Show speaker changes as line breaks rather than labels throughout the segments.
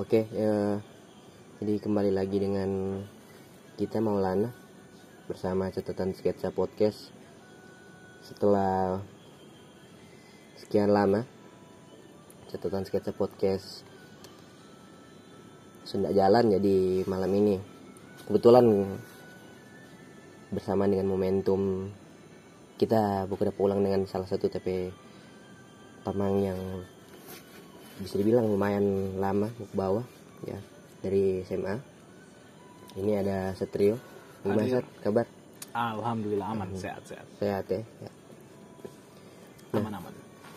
Oke, jadi kembali lagi dengan kita Maulana bersama Catatan Sketsa Podcast. Setelah sekian lama Catatan Sketsa Podcast sudah jalan, jadi malam ini kebetulan bersama dengan momentum kita buka pulang dengan salah satu TP Pamang yang bisa dibilang lumayan lama ke bawah ya, dari SMA. Ini ada Satrio. Gimana Sat, kabar?
Alhamdulillah aman, sehat
ya.
Aman.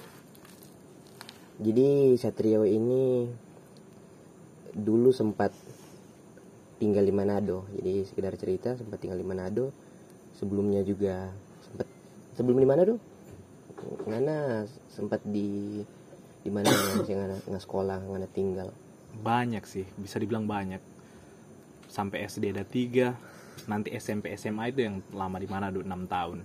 Jadi Satrio ini dulu sempat tinggal di Manado. Jadi sekedar cerita, sempat tinggal di Manado. Sebelumnya juga sebelum di Manado Ngana sempat di mana sih nggak sekolah, nggak tinggal?
Banyak sih, bisa dibilang banyak. Sampai SD ada 3, nanti SMP SMA itu yang lama di Manado 6 tahun.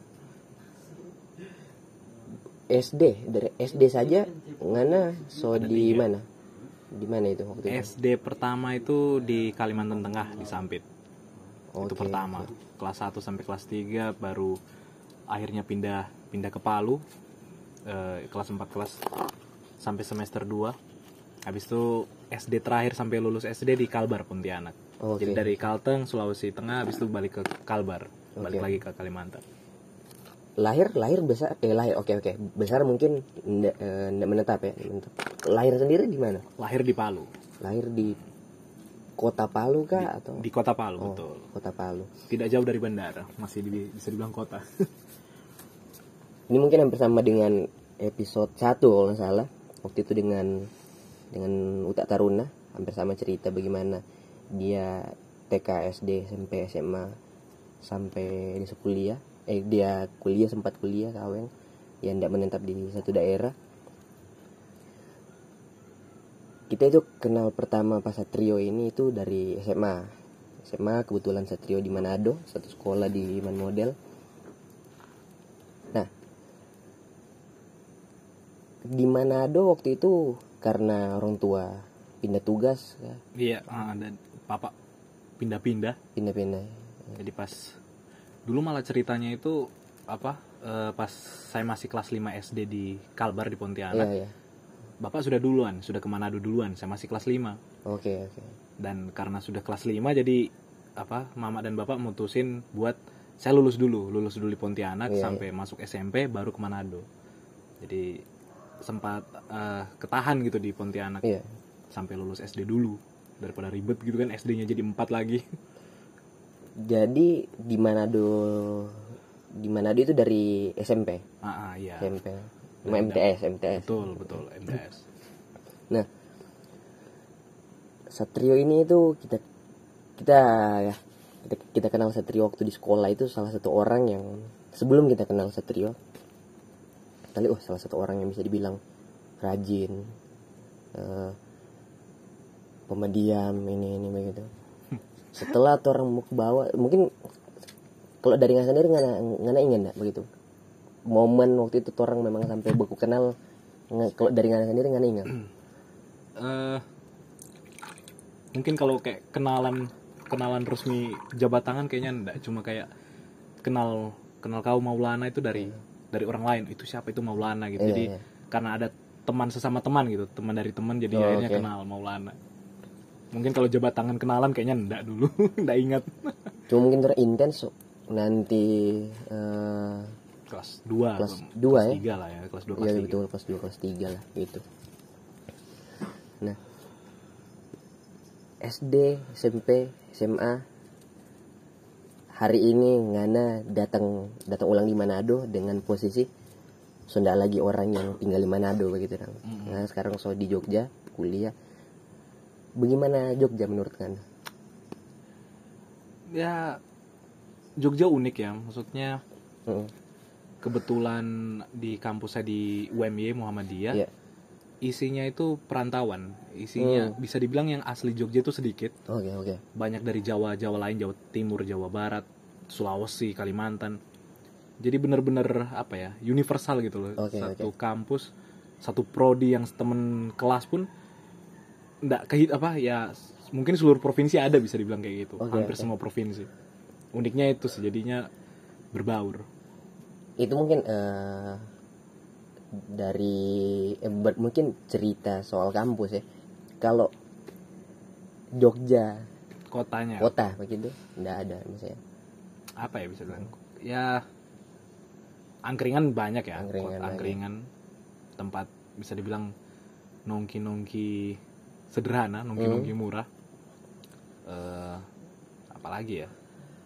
Dari SD saja Ngana
Ada
di
3.
mana? Di mana itu waktu itu?
SD pertama itu di Kalimantan Tengah, di Sampit. Itu
Oke.
pertama. Kelas 1 sampai kelas 3 baru akhirnya pindah ke Palu. Kelas 4 sampai semester 2. Habis itu SD terakhir sampai lulus SD di Kalbar, Pontianak.
Oke.
Jadi dari Kalteng, Sulawesi Tengah, habis itu balik ke Kalbar, balik
Oke.
lagi ke Kalimantan.
Lahir besar oke. Besar mungkin nggak menetap ya, menetap. Lahir sendiri di mana?
Lahir di Palu.
Lahir di kota Palu kah atau
Di kota Palu, betul.
Kota Palu.
Tidak jauh dari bandara, masih bisa dibilang kota.
Ini mungkin hampir sama dengan episode 1 kalau nggak salah. Waktu itu dengan Uta Taruna, hampir sama cerita bagaimana dia TK, SD, SMP, SMA sampai dia kuliah. Dia sempat kuliah kaweng yang tidak menetap di satu daerah. Kita itu kenal pertama pas Satrio ini itu dari SMA. Kebetulan Satrio di Manado, satu sekolah di Man Model. Nah, di Manado waktu itu karena orang tua pindah tugas ya.
Iya, dan papa pindah-pindah. Jadi pas dulu malah ceritanya itu pas saya masih kelas 5 SD di Kalbar di Pontianak.
Iya.
Bapak sudah ke Manado duluan, saya masih kelas 5.
Oke.
Dan karena sudah kelas 5 jadi mama dan bapak mutusin buat saya lulus dulu di Pontianak sampai masuk SMP baru ke Manado. Jadi sempat ketahan gitu di Pontianak sampai lulus SD dulu daripada ribet gitu kan, SD-nya jadi 4 lagi.
Jadi di Manado itu dari SMP.
Iya.
SMP. MTS.
Betul MTS.
Nah, Satrio ini itu kita kenal Satrio waktu di sekolah itu salah satu orang yang sebelum kita kenal Satrio salah satu orang yang bisa dibilang rajin, pemediam ini begitu. Setelah orang mau ke bawah, mungkin kalau dari Ngana sendiri Ngana ingat enggak begitu momen waktu itu orang memang sampai beku kenal. Kalau dari Ngana sendiri Ngana ingat?
Mungkin kalau kayak kenalan resmi jabat tangan kayaknya enggak, cuma kayak kenal kau Maulana itu dari orang lain, itu siapa itu Maulana gitu. Jadi karena ada teman sesama teman gitu, teman dari teman, jadi akhirnya kenal Maulana. Mungkin kalau jabat tangan kenalan kayaknya enggak dulu. Enggak ingat.
Cuma mungkin terintens nanti
kelas 2
kelas 3
lah ya, kelas 2 kelas 3.
Iya betul, kelas 2 kelas 3 lah gitu. Nah, SD, SMP, SMA hari ini Ngana datang ulang di Manado dengan posisi sudah lagi orang yang tinggal di Manado begitu kan. Nah, sekarang di Jogja kuliah. Bagaimana Jogja menurut Ngana?
Ya, Jogja unik ya, maksudnya kebetulan di kampus saya di UMY Muhammadiyah, isinya itu perantauan. Isinya bisa dibilang yang asli Jogja itu sedikit.
Oke.
Banyak dari Jawa lain, Jawa Timur, Jawa Barat, Sulawesi, Kalimantan. Jadi benar-benar universal gitu loh. Satu kampus, satu prodi yang temen kelas pun enggak apa ya, mungkin seluruh provinsi ada, bisa dibilang kayak gitu. Hampir
oke.
semua provinsi. Uniknya itu sih, jadinya berbaur.
Itu mungkin mungkin cerita soal kampus ya. Kalau Jogja
Kotanya
kota begitu nggak ada misalnya.
apa ya bisa bilang? Ya angkringan banyak ya,
Angkringan
angkringan tempat bisa dibilang nongki-nongki sederhana, nongki-nongki murah. Apalagi ya?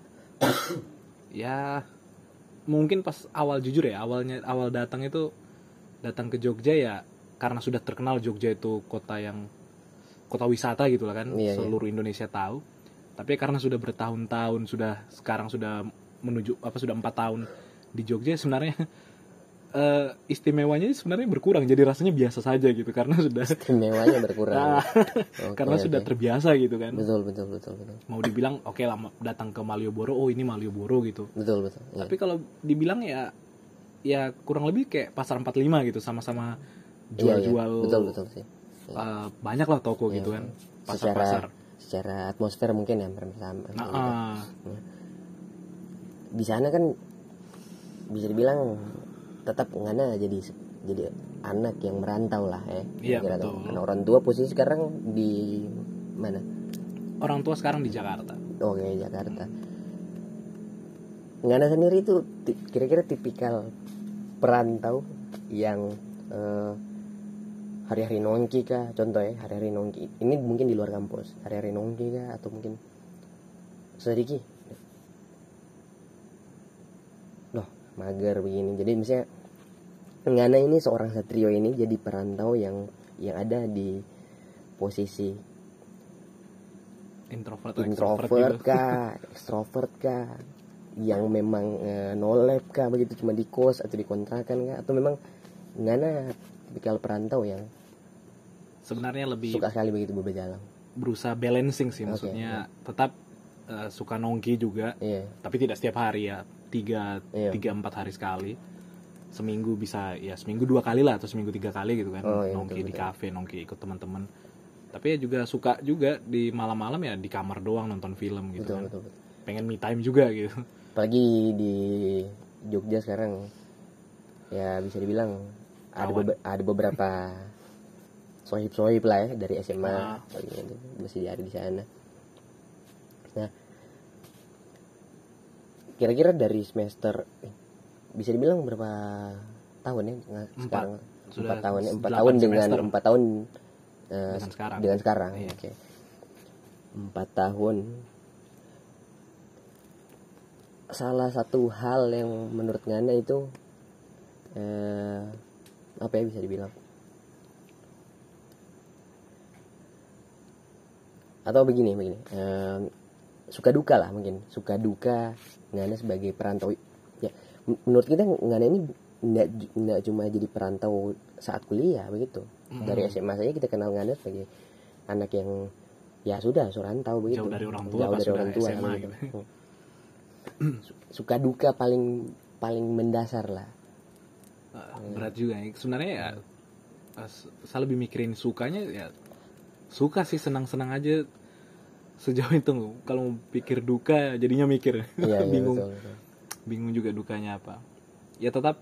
Ya mungkin pas awal, jujur ya, awal datang ke Jogja ya karena sudah terkenal Jogja itu kota wisata gitu lah kan,
Iya,
seluruh Indonesia tahu. Tapi karena sudah bertahun-tahun, sekarang sudah menuju sudah 4 tahun di Jogja, sebenarnya istimewanya sebenarnya berkurang, jadi rasanya biasa saja gitu karena sudah
Istimewanya berkurang. Oke,
karena sudah terbiasa gitu kan.
betul.
Mau dibilang oke lah datang ke Malioboro, oh ini Malioboro gitu.
Betul. Iya.
Tapi kalau dibilang ya kurang lebih kayak pasar 45 gitu, sama-sama jual-jual.
Iya. Betul sih.
Banyak lah toko gitu kan, pasar-pasar.
Secara atmosfer mungkin ya bersama.
Nah,
Di sana kan bisa dibilang tetap ngana jadi anak yang merantau lah ya.
Iya,
Kira-kira
betul.
karena orang tua posisi sekarang di mana?
orang tua sekarang di Jakarta.
Oke, Jakarta. Ngana sendiri itu kira-kira tipikal perantau yang hari-hari nongki kah? Contoh ya, hari-hari nongki. Ini mungkin di luar kampus. Hari-hari nongki kah atau mungkin sedikit? Loh, mager begini. Jadi misalnya Ngana ini seorang satrio ini jadi perantau yang ada di posisi
Introvert
introvert
gitu.
kah, extrovert kah, yang memang no lab kah, begitu cuma di kos atau di kontrakan kah, atau memang Ngana tipikal perantau yang
Sebenarnya lebih
suka sekali begitu berjalan.
berusaha balancing sih, maksudnya tetap suka nongki juga,
Iya.
tapi tidak setiap hari ya, 3-4 hari sekali. Seminggu 2 kali lah, atau seminggu 3 kali gitu kan.
Iya,
nongki
betul.
di kafe, nongki ikut teman-teman. Tapi ya juga suka juga di malam-malam ya di kamar doang nonton film gitu kan.
Betul.
Pengen me time juga gitu.
Apalagi di Jogja sekarang ya bisa dibilang ada beberapa sohib lah ya dari SMA gitu, masih ada di sana. Nah, kira-kira dari semester bisa dibilang berapa tahun ya sekarang? 4 tahun ya, 4 tahun dengan
semester.
4 tahun
Dengan sekarang.
dengan sekarang.
Iya.
Oke. 4 tahun. Salah satu hal yang menurut Ngana itu apa ya bisa dibilang? Atau begini suka duka lah mungkin, suka duka Ngana sebagai perantau ya. Menurut kita Ngana ini nggak cuma jadi perantau saat kuliah begitu. Dari SMA saja kita kenal Ngana sebagai anak yang ya sudah rantau begitu,
Jauh dari orang tua,
jauh
pas
dari
udah
orang tua
SMA
gitu.
gitu.
Suka duka paling mendasar lah.
Berat juga ya. Sebenarnya ya saya lebih mikirin sukanya ya. Suka sih, senang-senang aja sejauh itu. Kalau mau pikir duka jadinya mikir.
Iya,
bingung.
betul.
Bingung juga dukanya apa. Ya tetap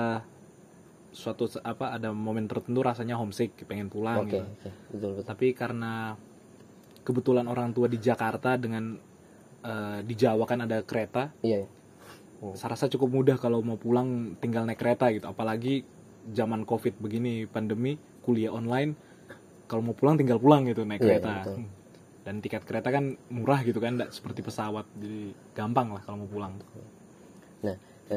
ada momen tertentu rasanya homesick, pengen pulang
Oke,
gitu.
betul.
Tapi karena kebetulan orang tua di Jakarta, dengan di Jawa kan ada kereta.
Iya.
Saya rasa cukup mudah kalau mau pulang tinggal naik kereta gitu. Apalagi zaman Covid begini, pandemi, kuliah online. Kalau mau pulang tinggal pulang gitu, naik kereta.
Betul.
Dan tiket kereta kan murah gitu kan, nggak seperti pesawat. Jadi gampang lah kalau mau pulang.
Nah,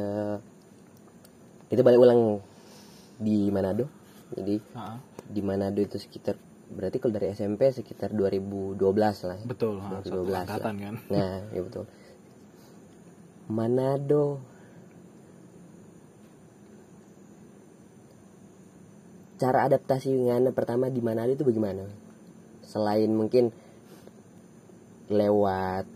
kita balik ulang di Manado. Jadi di Manado itu sekitar, berarti kalau dari SMP sekitar 2012 lah ya.
Betul,
2012
angkatan kan.
Nah, ya betul. Manado, cara adaptasi Ngana pertama di Manado itu bagaimana? Selain mungkin lewat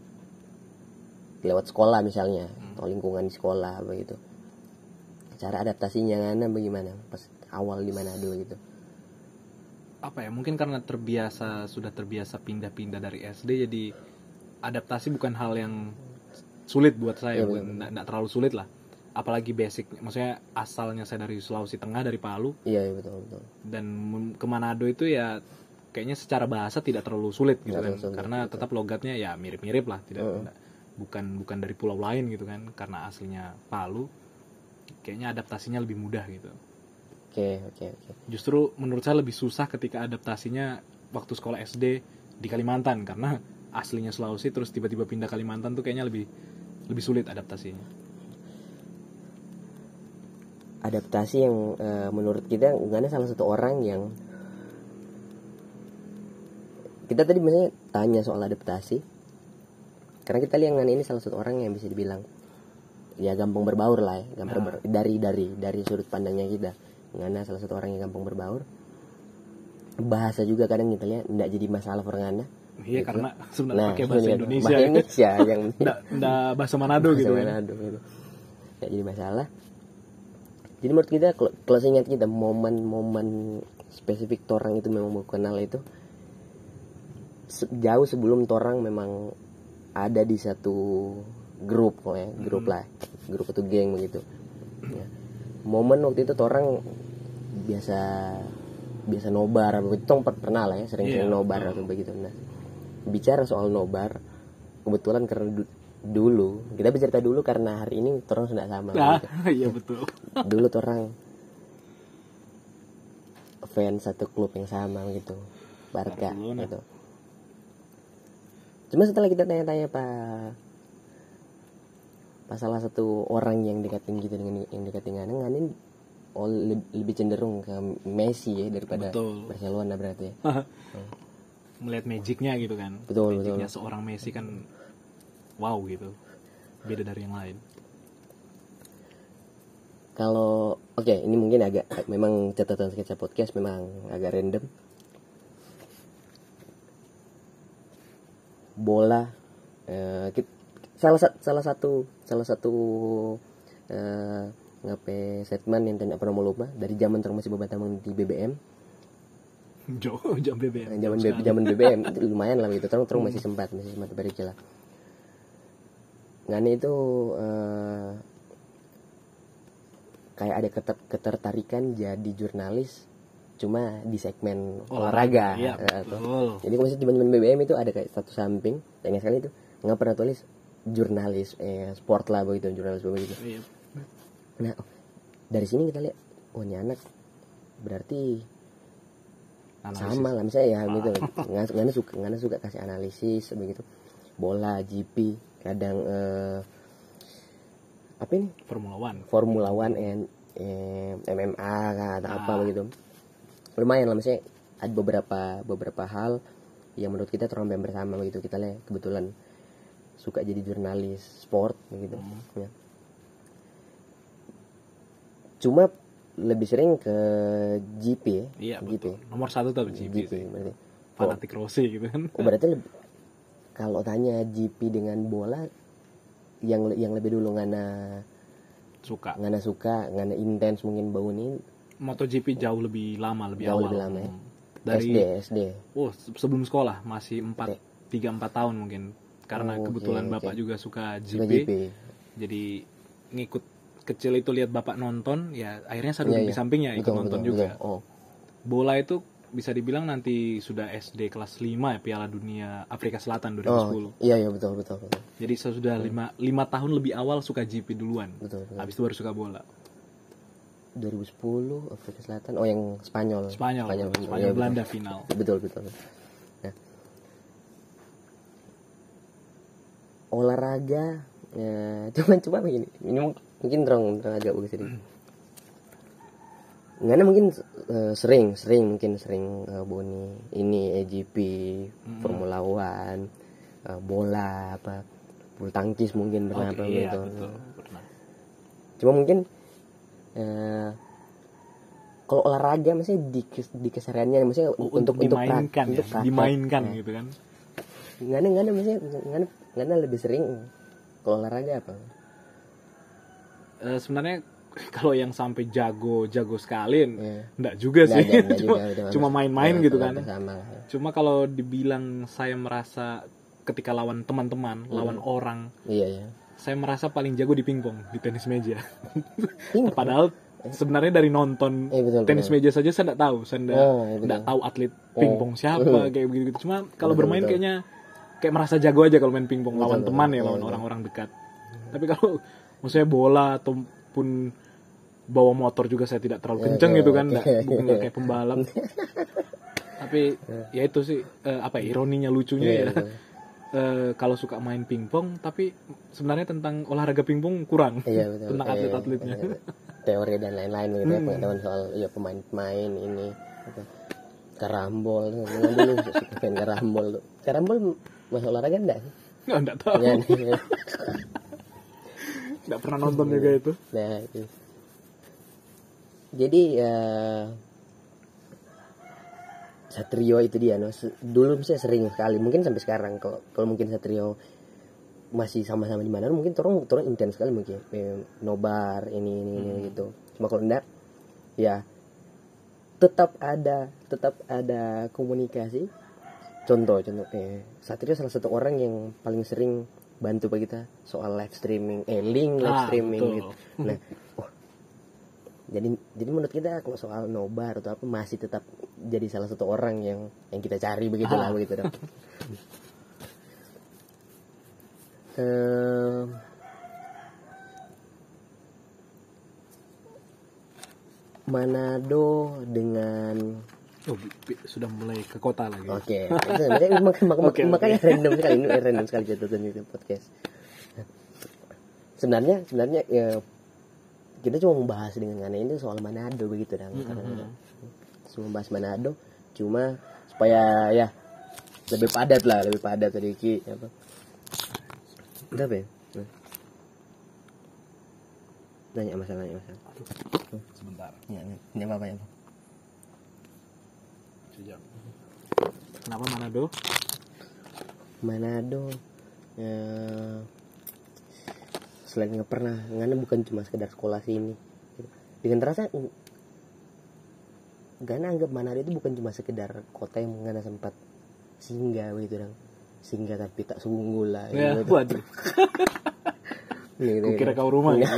sekolah misalnya, atau lingkungan di sekolah begitu. Cara adaptasinya Ngana bagaimana pas awal di Manado gitu?
apa ya, mungkin karena sudah terbiasa pindah-pindah dari SD, jadi adaptasi bukan hal yang sulit buat saya, nggak terlalu sulit lah, apalagi basic, maksudnya asalnya saya dari Sulawesi Tengah, dari Palu.
Iya betul.
Dan ke Manado itu ya kayaknya secara bahasa tidak terlalu sulit gitu kan, karena tetap logatnya ya mirip-mirip lah, bukan dari pulau lain gitu kan, karena aslinya Palu, kayaknya adaptasinya lebih mudah gitu.
Oke.
Justru menurut saya lebih susah ketika adaptasinya waktu sekolah SD di Kalimantan, karena aslinya Sulawesi terus tiba-tiba pindah Kalimantan tuh kayaknya lebih sulit adaptasinya.
Adaptasi yang menurut kita Ngana salah satu orang yang kita tadi misalnya tanya soal adaptasi, karena kita lihat Ngana ini salah satu orang yang bisa dibilang ya gampang berbaur lah ya, dari sudut pandangnya kita. Ngana salah satu orang yang gampang berbaur. Bahasa juga kadang kita lihat tidak jadi masalah for Ngana.
Iya gitu. Karena sebenarnya pakai bahasa Indonesia
yang
nggak bahasa Manado gitu.
Manado gitu. Nggak jadi masalah. Jadi menurut kita kalau saya ingat kita momen-momen spesifik torang itu memang mau kenal itu jauh sebelum torang memang ada di satu grup grup atau geng begitu ya. Momen waktu itu torang biasa nobar begitu, pernah lah ya sering-sering nobar atau begitu. Nah, bicara soal nobar, kebetulan karena dulu kita bercerita dulu karena hari ini torang sudah sama gitu.
Iya betul.
Dulu torang fans satu klub yang sama gitu, Barca gitu. Cuma setelah kita tanya-tanya pak salah satu orang yang dekatin gitu dengan yang dekatin Ngana lebih cenderung ke Messi ya daripada Barcelona berarti ya.
Melihat magicnya gitu kan.
Betul.
Seorang Messi kan wow gitu, beda dari yang lain.
Kalau ini mungkin agak memang catatan sketsa podcast memang agak random. Bola salah satu ngape statement yang tidak pernah mau lupa dari zaman terus masih bebatamang di BBM. Zaman BBM itu lumayan lah gitu, terus masih sempat berikil lah. Ngane itu kayak ada ketertarikan jadi jurnalis cuma di segmen olahraga.
Iya, betul.
Jadi masih zaman BBM itu ada kayak satu samping, sayang sekali itu nggak pernah tulis jurnalis sport lah begitu, jurnalis begitu. Iya. Nah, dari sini kita lihat ini anak berarti analisis. Sama lah misalnya ya gitu. Ngana suka kasih analisis begitu. Bola, GP, kadang apa ini? Formula One MMA atau apa begitu. Lumayan lah misalnya ada beberapa hal yang menurut kita terang bersama begitu. Kita lihat kebetulan suka jadi jurnalis sport begitu. Ya. Cuma lebih sering ke GP ya.
Iya,
GP.
Betul. Nomor 1 tuh GP
berarti.
Fanatik Rossi gitu kan.
Berarti kalau tanya GP dengan bola yang lebih dulu Ngana suka, Ngana intens mungkin bau ini.
MotoGP jauh lebih lama, lebih awal.
Lebih lama ya.
Dari
SD.
Sebelum sekolah masih 3-4 tahun mungkin. Karena kebetulan Bapak juga suka GP. Jadi ngikut kecil itu lihat Bapak nonton, ya akhirnya saya duduk di sampingnya ikut nonton juga. Bola itu bisa dibilang nanti sudah SD kelas 5 ya, Piala Dunia Afrika Selatan 2010.
Iya betul.
Jadi saya sudah 5 tahun lebih awal suka GP duluan.
Betul.
Habis itu baru suka bola.
2010 Afrika Selatan, yang Spanyol
Belanda final.
Betul. Nah, olahraga cuma begini. Ini mungkin terang agak bagus ini. Ngana mungkin sering Boni ini GP, Formula One, bola apa, bulu tangkis mungkin pernah
gitu. Pernah.
Cuma mungkin kalau olahraga maksudnya di kesehariannya maksudnya untuk
dimainkan
praktek,
gitu kan.
Ngana lebih sering kalau olahraga apa?
Sebenarnya kalau yang sampai jago sekali
Iya.
enggak juga sih.
Nggak
cuma
juga, udah
cuma
masuk.
main-main
Ya,
gitu kan.
sama.
Cuma kalau dibilang saya merasa ketika lawan teman-teman, lawan orang,
Iya.
saya merasa paling jago di pingpong, di tenis meja.
Pingpong?
Padahal sebenarnya dari nonton
Betul,
tenis meja saja saya enggak tahu, saya
iya, betul.
enggak tahu atlet pingpong siapa kayak begitu. Cuma kalau
Betul,
bermain
betul.
kayaknya kayak merasa jago aja kalau main pingpong lawan
Betul,
teman
betul.
ya, lawan
Iya.
orang-orang dekat. Tapi kalau maksudnya bola ataupun bawa motor juga saya tidak terlalu kenceng gitu kan, bukan kayak pembalap. Tapi ya itu sih ironinya, lucunya
Iya,
ya.
betul.
Kalau suka main pingpong, tapi sebenarnya tentang olahraga pingpong kurang.
Iya, betul.
Tentang atlet-atletnya.
Teori dan lain-lain gitu ya, pengetahuan soal ya pemain-pemain ini gitu. Karambol, dengan dulu suka main karambol tuh. Karambol masuk olahraga enggak sih?
Enggak tahu.
Ya, nih.
Enggak pernah nonton juga itu.
Nah, itu. Jadi ya Satrio itu dia no. Dulu saya sering sekali, mungkin sampai sekarang kalau mungkin Satrio masih sama-sama di mana mungkin turun intens sekali mungkin nobar ini gitu. Cuma kalau enggak ya tetap ada komunikasi. Contoh Satrio salah satu orang yang paling sering bantu bagi kita soal live streaming, link live streaming
betul.
gitu. Nah, jadi menurut kita kalau soal nobar atau apa masih tetap jadi salah satu orang yang kita cari begitu lah begitu dong. Manado dengan
Sudah mulai ke kota lagi.
Oke. Makanya random sekali catatan itu podcast. Sebenarnya ya kita cuma membahas dengan Ngana ini soal Manado begitu dan cuma membahas Manado cuma supaya ya lebih padat sedikit apa. Kenapa ya? Nanya masalah.
Sebentar.
Ya, ini apa ya?
Sejak. Kenapa Manado?
Manado selain nggak pernah Ngana bukan cuma sekedar sekolah sini dengan terasa Ngana anggap Manado itu bukan cuma sekedar kota yang Ngana sempat singgah begitu dong, singgah tapi tak sungguh lah
Ya,
gitu.
waduh. Kukira kau rumah gitu.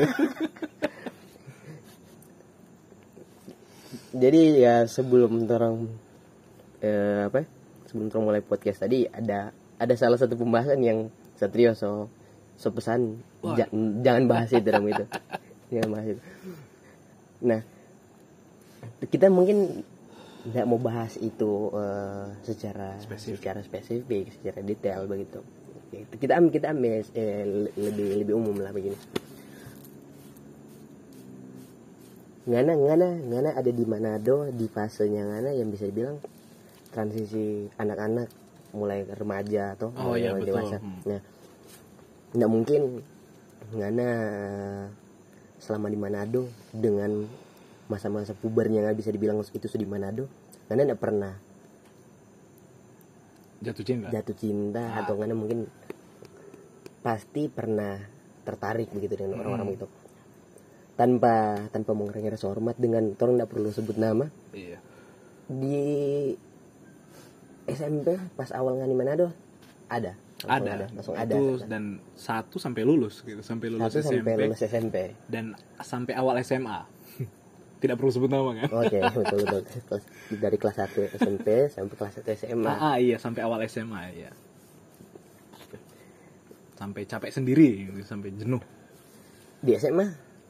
Jadi ya sebelum orang mulai podcast tadi ada salah satu pembahasan yang Satrio so pesan jangan bahas itu dong itu. Jangan bahas itu. Nah, kita mungkin nggak mau bahas itu secara spesifik, secara detail begitu. Kita ambil lebih umum lah begini. Ngana ada di Manado di fasenya Ngana yang bisa dibilang transisi anak-anak mulai remaja atau mulai dewasa. Nah, nggak mungkin Ngana selama di Manado dengan masa-masa pubernya nggak bisa dibilang itu di Manado. Ngana nggak pernah jatuh cinta atau Ngana mungkin pasti pernah tertarik begitu dengan orang-orang begitu. Tanpa mengurangi rasa hormat dengan orang nggak perlu sebut nama.
Iya.
Di SMP pas awal Ngani Manado langsung ada
dan 1 sampai lulus gitu, sampai lulus
SMP
dan sampai awal SMA. Tidak perlu sebut nama kan?
Oke, betul. Dari kelas 1 SMP sampai kelas 1 SMA.
Iya, sampai awal SMA ya. Sampai capek sendiri, sampai jenuh.
Di SMA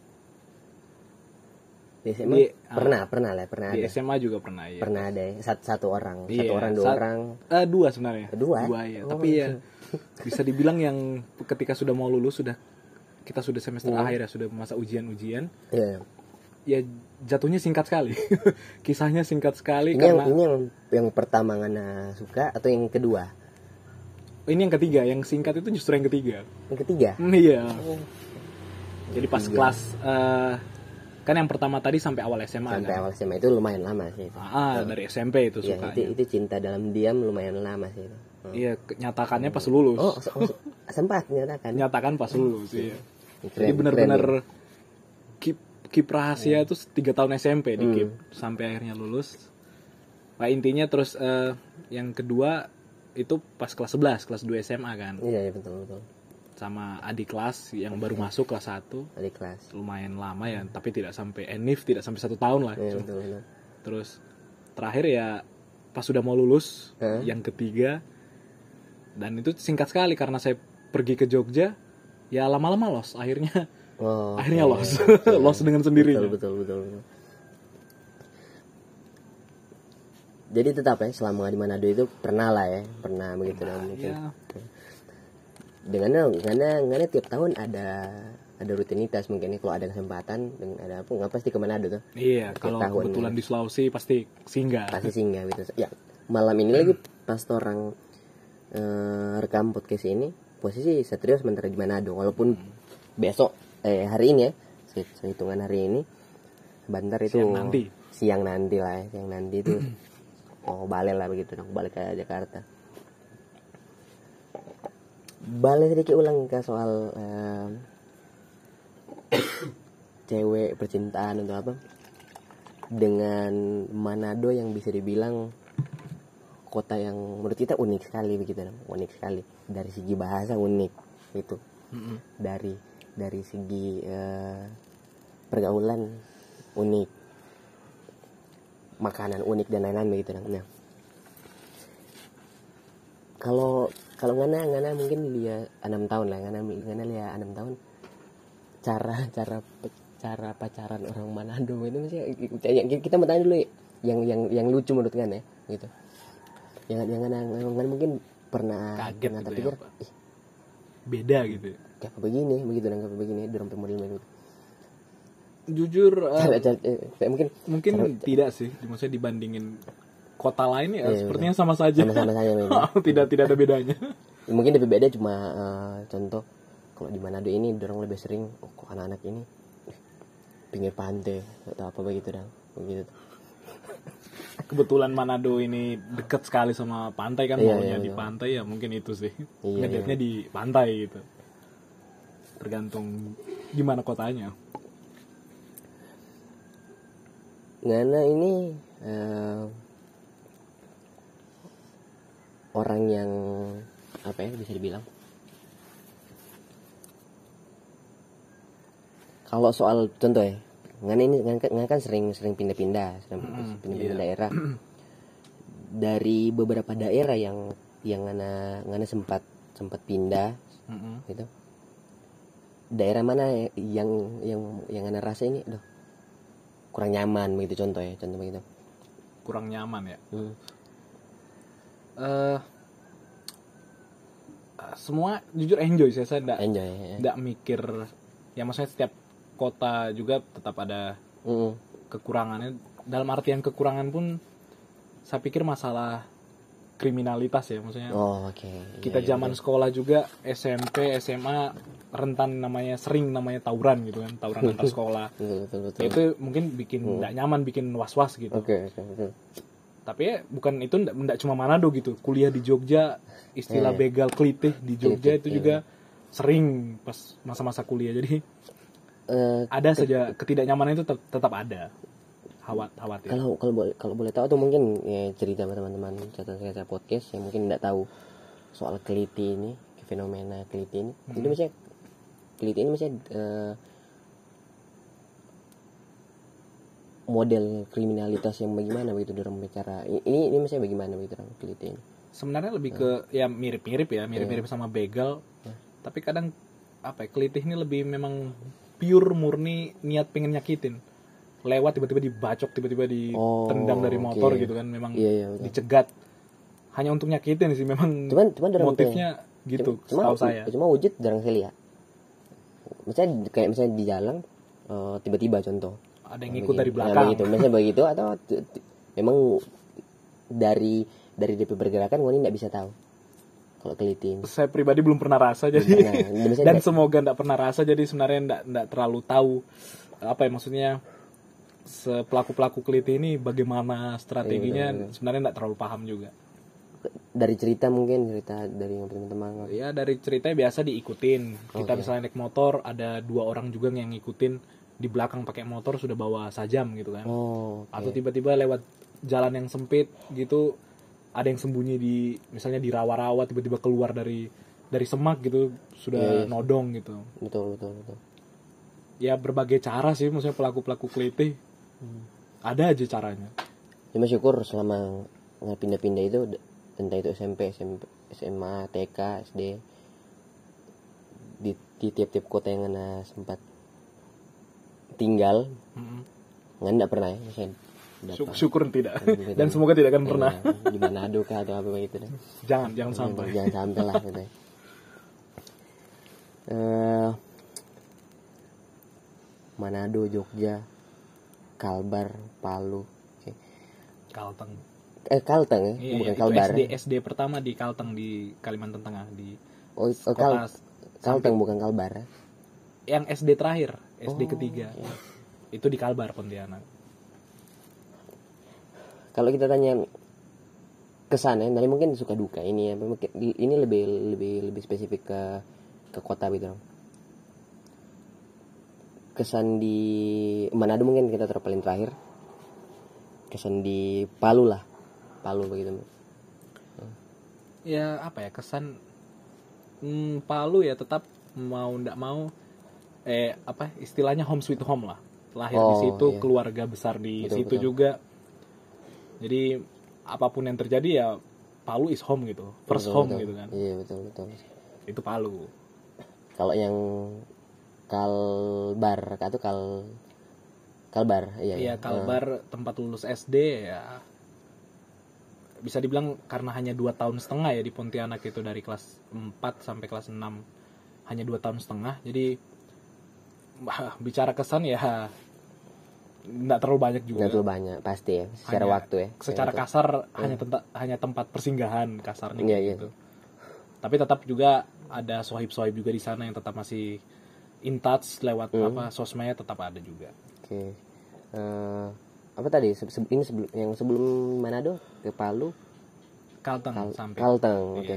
pernah
Di
ada.
SMA juga pernah ya.
Pernah ada ya. Satu orang, dua orang.
Dua sebenarnya.
Dua
ya. Tapi ya bisa dibilang yang ketika sudah mau lulus kita sudah semester akhir ya, sudah masa ujian.
Iya.
Ya jatuhnya singkat sekali. Kisahnya singkat sekali
ini yang pertama Ngana suka atau yang kedua?
Ini yang ketiga, yang singkat itu justru yang ketiga.
Yang ketiga?
Iya. Jadi pas kelas kan yang pertama tadi sampai awal SMA.
Sampai awal SMA itu lumayan lama sih itu.
Dari SMP itu
ya,
sukanya.
Itu cinta dalam diam lumayan lama sih itu.
Iya, nyatakannya pas lulus.
Sempat nyatakan.
Nyatakan pas lulus, iya.
Keren,
jadi benar-benar keep rahasia itu 3 tahun SMP di keep sampai akhirnya lulus. Nah, intinya terus yang kedua itu pas kelas 11, kelas 2 SMA kan.
Iya, betul.
Sama adik kelas yang baru masuk kelas 1.
Adik kelas.
Lumayan lama ya, tapi tidak sampai enif, tidak sampai 1 tahun lah.
Iya, betul.
Terus terakhir ya pas sudah mau lulus, yang ketiga. Dan itu singkat sekali karena saya pergi ke Jogja, ya lama-lama lost akhirnya. Akhirnya lost. Lost dengan sendirinya.
Betul. Jadi tetap ya selama di Manado itu pernah begitu mungkin.
Ya.
Dengan tiap tahun ada rutinitas mungkin nih, kalau ada kesempatan dan ada apa nggak pasti ke Manado tuh.
Iya, kalau kebetulan di Sulawesi pasti singgah gitu.
Ya, malam ini lagi pas orang rekam podcast ini posisi Satrio sementara di Manado, walaupun besok hari ini ya, hitungan hari ini bentar itu siang nanti itu balik lah begitu, balik ke Jakarta. Balik sedikit ulang ke soal cewek, percintaan atau apa, dengan Manado yang bisa dibilang kota yang menurut kita unik sekali dari segi bahasa unik gitu, dari segi pergaulan unik, makanan unik dan lain-lain begitu. Nah, kalau ngana mungkin dia 6 tahun lah, ngana lihat 6 tahun cara pacaran orang Manado itu maksudnya kita mau tanya dulu yang lucu menurut ngana ya gitu. Yang ngana mungkin pernah
kaget
gitu
pikir beda gitu.
Kayak begini dorong model gitu.
Jujur mungkin
cara,
tidak sih, maksudnya dibandingin kota lain ya sepertinya sama saja tidak ada bedanya.
Mungkin lebih beda cuma contoh kalau di Manado ini dorong lebih sering kok anak-anak ini pinggir pantai atau apa begitu.
Kebetulan Manado ini dekat sekali sama pantai kan, maunya di pantai ya mungkin itu sih, ngedate-nya di pantai gitu, tergantung gimana kotanya.
Ngana ini orang yang apa ya bisa dibilang, kalau soal contoh ya, Ngana kan sering pindah-pindah daerah. Dari beberapa daerah yang Ngana sempat pindah gitu, daerah mana yang Ngana rasa ini kurang nyaman begitu, contoh begitu.
Kurang nyaman ya. Semua jujur enjoy, saya enggak mikir ya, maksudnya setiap kota juga tetap ada kekurangannya. Dalam artian kekurangan pun saya pikir masalah kriminalitas ya, maksudnya kita zaman sekolah juga SMP SMA rentan sering namanya tawuran gitu kan, tawuran antar sekolah.
betul.
Itu mungkin bikin nggak nyaman, bikin was-was gitu.
Betul.
Tapi ya bukan itu, enggak cuma Manado gitu. Kuliah di Jogja, istilah begal klitih di Jogja itu juga sering pas masa-masa kuliah. Jadi ada saja ketidaknyamanan itu tetap ada. Khawatir.
Kalau boleh tahu atau mungkin cerita sama teman-teman catatan podcast yang mungkin enggak tahu soal keliti ini, fenomena keliti ini. Itu maksudnya keliti ini maksudnya model kriminalitas yang bagaimana begitu dalam bicara ini maksudnya bagaimana begitu dalam keliti ini?
Sebenarnya lebih ke ya mirip-mirip sama begal. Tapi kadang kelitih ini lebih memang pure murni niat pengen nyakitin. Lewat tiba-tiba dibacok, tiba-tiba ditendang dari motor gitu kan, memang dicegat hanya untuk nyakitin sih, memang cuman motifnya gitu. Setahu saya.
Cuma wujud jarang saya lihat. Misalnya di jalan tiba-tiba contoh
ada yang ikut dari belakang
gitu, misalnya begitu, atau memang dari DP pergerakan ini nggak bisa tahu kalau keliti ini.
Saya pribadi belum pernah rasa jadi dan semoga nggak pernah rasa, jadi sebenarnya nggak terlalu tahu apa ya maksudnya pelaku keliti ini bagaimana strateginya. Sebenarnya nggak terlalu paham juga.
Dari cerita dari teman-teman.
Ya dari ceritanya biasa diikutin. Kita misalnya naik motor ada 2 orang juga yang ngikutin di belakang pakai motor sudah bawa sajam gitu kan.
Oh, oke.
Atau tiba-tiba lewat jalan yang sempit gitu, ada yang sembunyi di misalnya di rawa-rawa, tiba-tiba keluar dari semak gitu, sudah nodong gitu.
Betul.
Ya berbagai cara sih, maksudnya pelaku-pelaku kelitih ada aja caranya.
Cuma syukur selama nggak pindah-pindah itu, entah itu SMP, SMA, TK, SD, di tiap-tiap kota yang Ngana sempat tinggal, Ngana nggak pernah ya,
Syukur tidak. Dan semoga tidak akan pernah.
Di Manado kah atau apa gitu deh.
Jangan sampai.
Jangan sampai lah gitu. Manado, Jogja, Kalbar, Palu. Okay.
Kalteng.
Kalteng ya,
Iya,
bukan
itu
Kalbar.
SD pertama di Kalteng di Kalimantan Tengah di
Kalteng bukan Kalbar.
Yang SD terakhir, SD ketiga. Okay. Itu di Kalbar, Pontianak. Kalau
kita tanya kesan ya, nanti mungkin suka duka ini ya. Ini lebih spesifik ke kota gitu dong. Kesan di Manado mungkin kita taruh paling terakhir. Kesan di Palu lah. Palu begitu.
Ya apa ya, kesan Palu ya tetap mau ndak mau istilahnya home sweet home lah. Lahir di situ, keluarga besar di situ juga. Jadi apapun yang terjadi ya Palu is home gitu, first home gitu kan.
Iya betul.
Itu Palu.
Kalau yang Kalbar atau Kalbar,
iya Kalbar tempat lulus SD ya. Bisa dibilang karena hanya 2 tahun setengah ya di Pontianak itu, dari kelas 4 sampai kelas 6 hanya 2 tahun setengah. Jadi bicara kesan ya nggak terlalu banyak juga.
Nggak terlalu banyak pasti ya, secara waktu ya.
Secara kasar hanya tempat persinggahan kasarnya gitu. Tapi tetap juga ada sohib-sohib juga di sana yang tetap masih in touch lewat sosmednya, tetap ada juga.
Oke. Apa tadi sebelum Manado ke Palu?
Kalteng sampai.
Kalteng, oke.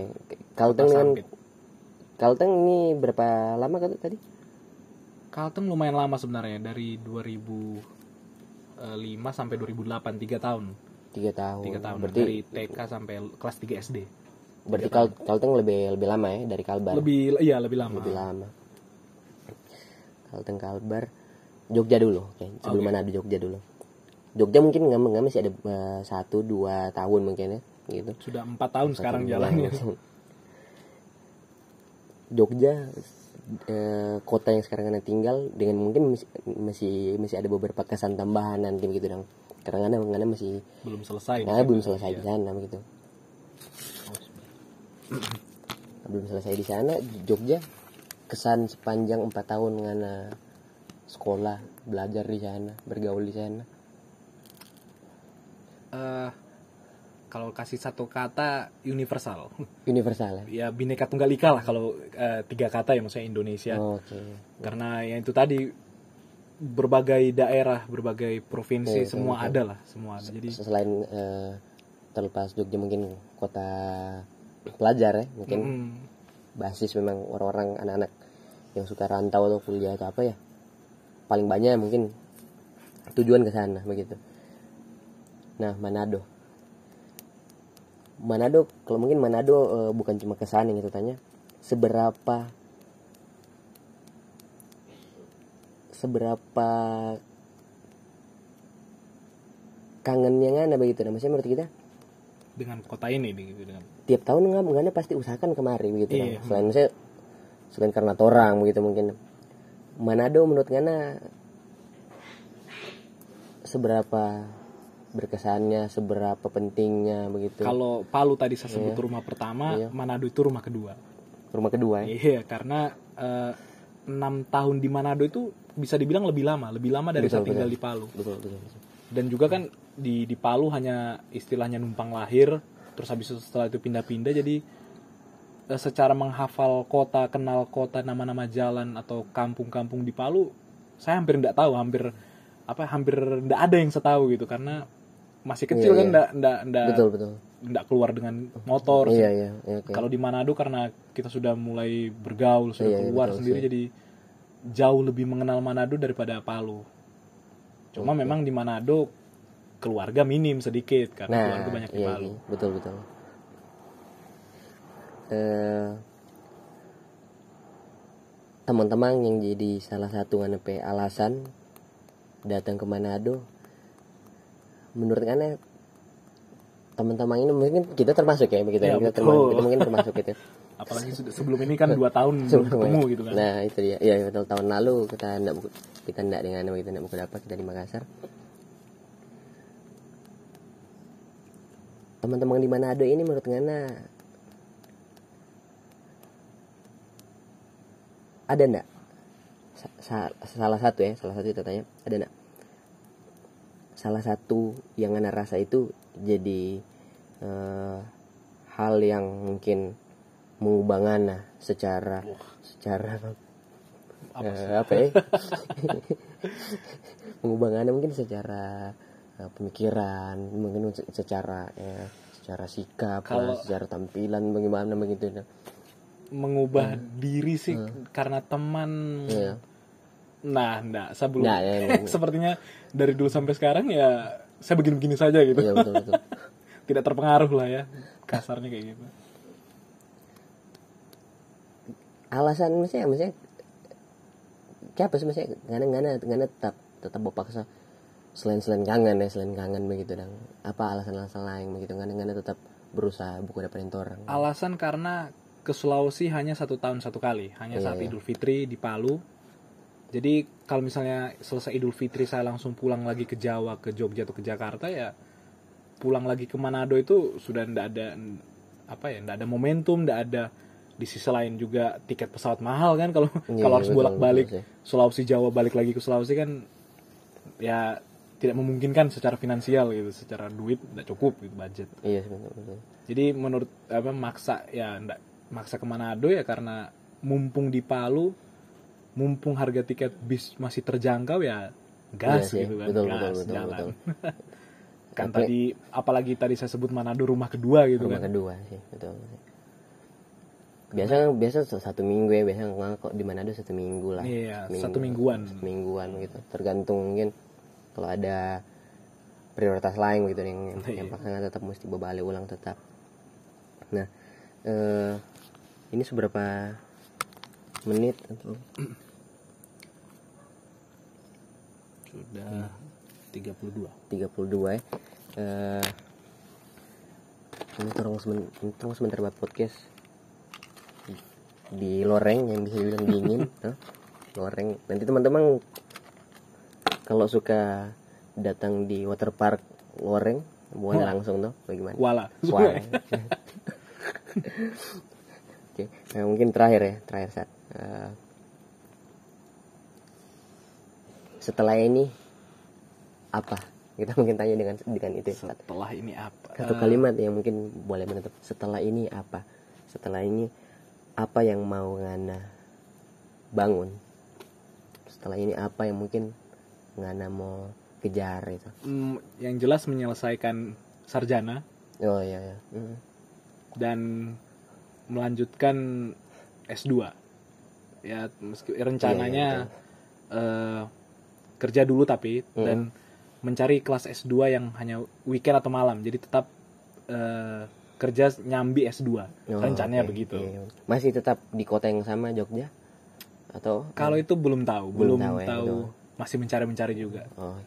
Kalteng ini berapa lama tadi?
Kalteng lumayan lama sebenarnya, dari 2005 sampai 2008, 3 tahun.
3 tahun.
Berarti dari TK sampai kelas 3 SD.
Berarti Kalteng lebih lama ya dari Kalbar.
Lebih lama.
Lebih lama. Kalteng, Kalbar, Jogja dulu. Oke. Sebelum Manado, Jogja dulu. Jogja mungkin nggak masih ada 1-2 tahun mungkin ya gitu.
Sudah 4 tahun sekarang jalannya.
Jogja kota yang sekarang Anda tinggal, dengan mungkin masih ada beberapa kesan tambahan nanti begitu dong. Karena Anda masih
belum selesai.
Belum selesai di sana begitu. Belum selesai di sana. Jogja kesan sepanjang 4 tahun Anda sekolah, belajar di sana, bergaul di sana.
Kalau kasih satu kata, universal
ya?
Ya Bhinneka Tunggal Ika lah kalau 3 kata ya, maksudnya Indonesia. Karena yang itu tadi, berbagai daerah, berbagai provinsi, semua ada. Jadi
selain terlepas Jogja mungkin kota pelajar ya, mungkin basis memang orang-orang, anak-anak yang suka rantau atau kuliah atau apa ya, paling banyak mungkin tujuan ke sana begitu. Nah, Manado, kalau mungkin Manado bukan cuma kesan yang kita tanya, seberapa kangennya Ngana begitu. Nah, maksudnya menurut kita
dengan kota ini begitu, dengan
tiap tahun Ngana pasti usahakan kemari begitu. Iya. Selain karena torang begitu mungkin. Manado menurut Ngana seberapa berkesannya, seberapa pentingnya begitu.
Kalau Palu tadi saya sebut rumah pertama, Manado itu rumah kedua.
Rumah kedua ya?
Iya, karena 6 tahun di Manado itu bisa dibilang lebih lama dari saya tinggal di Palu.
Betul.
Dan juga kan di Palu hanya istilahnya numpang lahir, terus habis itu setelah itu pindah-pindah, jadi secara menghafal kota, kenal kota, nama-nama jalan atau kampung-kampung di Palu, saya hampir tidak tahu, hampir tidak ada yang saya tahu gitu, karena masih kecil kan, enggak keluar dengan motor.
Okay.
Kalau di Manado karena kita sudah mulai bergaul, sudah keluar sendiri, jadi jauh lebih mengenal Manado daripada Palu. Cuma memang di Manado keluarga minim sedikit karena keluarga banyak di Palu.
Iya, betul. Teman-teman yang jadi salah satu nganepe alasan datang ke Manado, menurut Anda teman-teman ini mungkin kita termasuk ya begitu ya, kita mungkin termasuk gitu.
Apalagi sebelum ini kan 2 tahun belum ketemu gitu kan.
Nah itu dia, ya betul, tahun lalu kita ndak dengan begitu, ndak buku dapat kita di Makassar. Teman-teman di Manado ini menurut Ngana ada ndak salah satu itu tanya, ada ndak salah satu yang Ngana rasa itu jadi hal yang mungkin mengubah Ngana secara apa ya mengubah Ngana mungkin secara pemikiran, mungkin secara sikap, secara tampilan bagaimana begitu.
Mengubah diri sih karena teman. Nah, enggak sebelum sepertinya dari dulu sampai sekarang ya saya begini-begini saja gitu.
Iya, betul.
Tidak terpengaruh lah ya, kasarnya kayak gitu.
Alasan maksudnya kayak apa sih Ngana tetap berpaksa selain kangen begitu dan apa alasan lain begitu Ngana tetap berusaha buku dapetin orang.
Alasan karena ke Sulawesi hanya 1 tahun 1 kali, hanya saat Idul Fitri di Palu. Jadi kalau misalnya selesai Idul Fitri saya langsung pulang lagi ke Jawa, ke Jogja atau ke Jakarta, ya pulang lagi ke Manado itu sudah ndak ada momentum, ndak ada. Di sisi lain juga tiket pesawat mahal kan kalau harus bolak-balik Sulawesi Jawa balik lagi ke Sulawesi kan ya tidak memungkinkan secara finansial gitu, secara duit ndak cukup gitu budget.
Iya betul.
Jadi menurut maksa ke Manado ya karena mumpung di Palu, mumpung harga tiket bis masih terjangkau ya gas gitu kan. Betul. Kan tadi apalagi tadi saya sebut Manado rumah kedua gitu kan.
Rumah kedua sih, betul. Biasa 1 minggu ya, biasa kok di Manado 1 minggu lah.
Iya, 1 mingguan
gitu. Tergantung mungkin kalau ada prioritas lain gitu yang pasangan tetap mesti berbalik ulang tetap. Nah, ini seberapa menit atau
sudah 32
ya. Ini terus sebentar buat podcast di loreng yang bisa dibilang dingin. Loreng nanti teman-teman kalau suka datang di waterpark loreng boleh langsung tuh bagaimana
Kuala.
Oke. Nah, mungkin terakhir saat setelah ini apa kita mungkin tanya dengan itu
setelah ini apa,
satu kalimat yang mungkin boleh menutup. Setelah ini apa yang mau Ngana bangun? Setelah ini apa yang mungkin Ngana mau kejar itu?
Yang jelas menyelesaikan sarjana.
Oh iya.
Dan melanjutkan S2. Ya meski rencananya kerja dulu tapi dan mencari kelas S2 yang hanya weekend atau malam. Jadi tetap kerja nyambi S2 rencananya begitu.
Masih tetap di kota yang sama Jogja atau
kalau itu belum tahu masih mencari juga.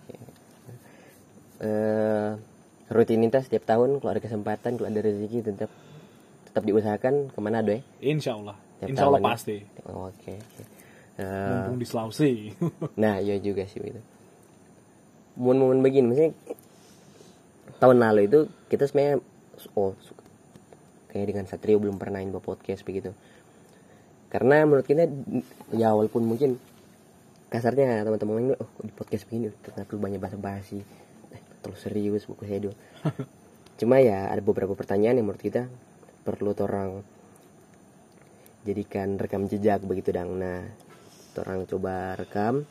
Rutinitas setiap tahun kalau ada kesempatan, kalau ada rezeki tetap diusahakan ke Manado ya.
Insya Allah pasti.
Oke.
Mumpung di Sulawesi.
Nah iya juga sih itu momen-momen begini maksudnya tahun lalu itu kita sebenarnya kayak dengan Satrio belum pernah buat podcast begitu karena menurut kita ya walaupun mungkin kasarnya teman-teman ini di podcast begini terlalu banyak basa-basi terlalu serius buku saya cuma ya ada beberapa pertanyaan yang menurut kita perlu orang jadikan rekam jejak begitu dang. Nah orang coba rekam,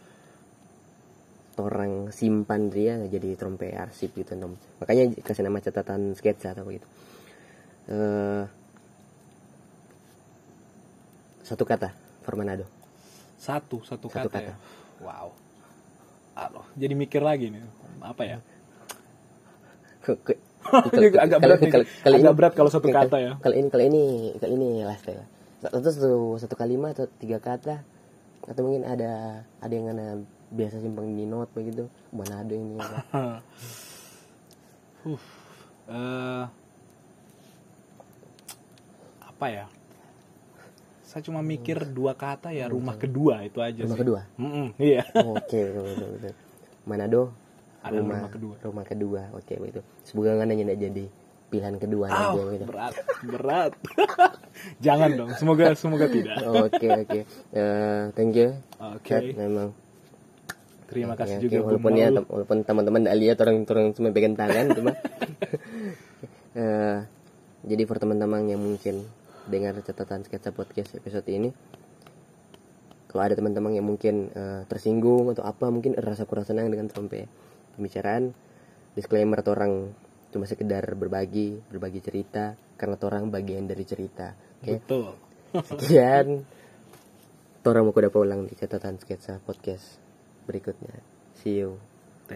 orang simpan dia jadi trompe arsip gitu nom. Makanya kasih nama catatan sketsa atau begitu. Satu kata for Manado.
Satu kata
kata.
ya. Wow. Aduh, jadi mikir lagi nih. Apa ya? Agak berat nih. Agak berat kalau satu kata ya.
Kalau ini last ya. Satu kalimat atau 3 kata, atau mungkin ada yang mana biasa simpang di note begitu, mana ada ini apa.
Apa ya? Saya cuma mikir 2 kata ya, rumah kedua itu aja
Rumah
sih.
kedua.
Iya.
Oke, betul. Manado,
Ada rumah kedua.
Rumah kedua. Oke, begitu. Semoga nggak nanya jadi pilihan kedua aja gitu.
Berat. Jangan dong. Semoga tidak.
Oke. Thank you.
Oke.
Memang.
Terima kasih
Oke,
juga Bung
walaupun ya
Maul.
walaupun teman-teman tidak lihat orang cuma pegang tangan cuma. Jadi for teman-teman yang mungkin dengar catatan sketsa podcast episode ini, kalau ada teman-teman yang mungkin tersinggung atau apa, mungkin rasa kurang senang dengan sampai pembicaraan, disclaimer, orang cuma sekedar berbagi cerita karena orang bagian dari cerita. Oke.
Betul.
Sekian. Orang mau kuda pulang di catatan sketsa podcast berikutnya. See you.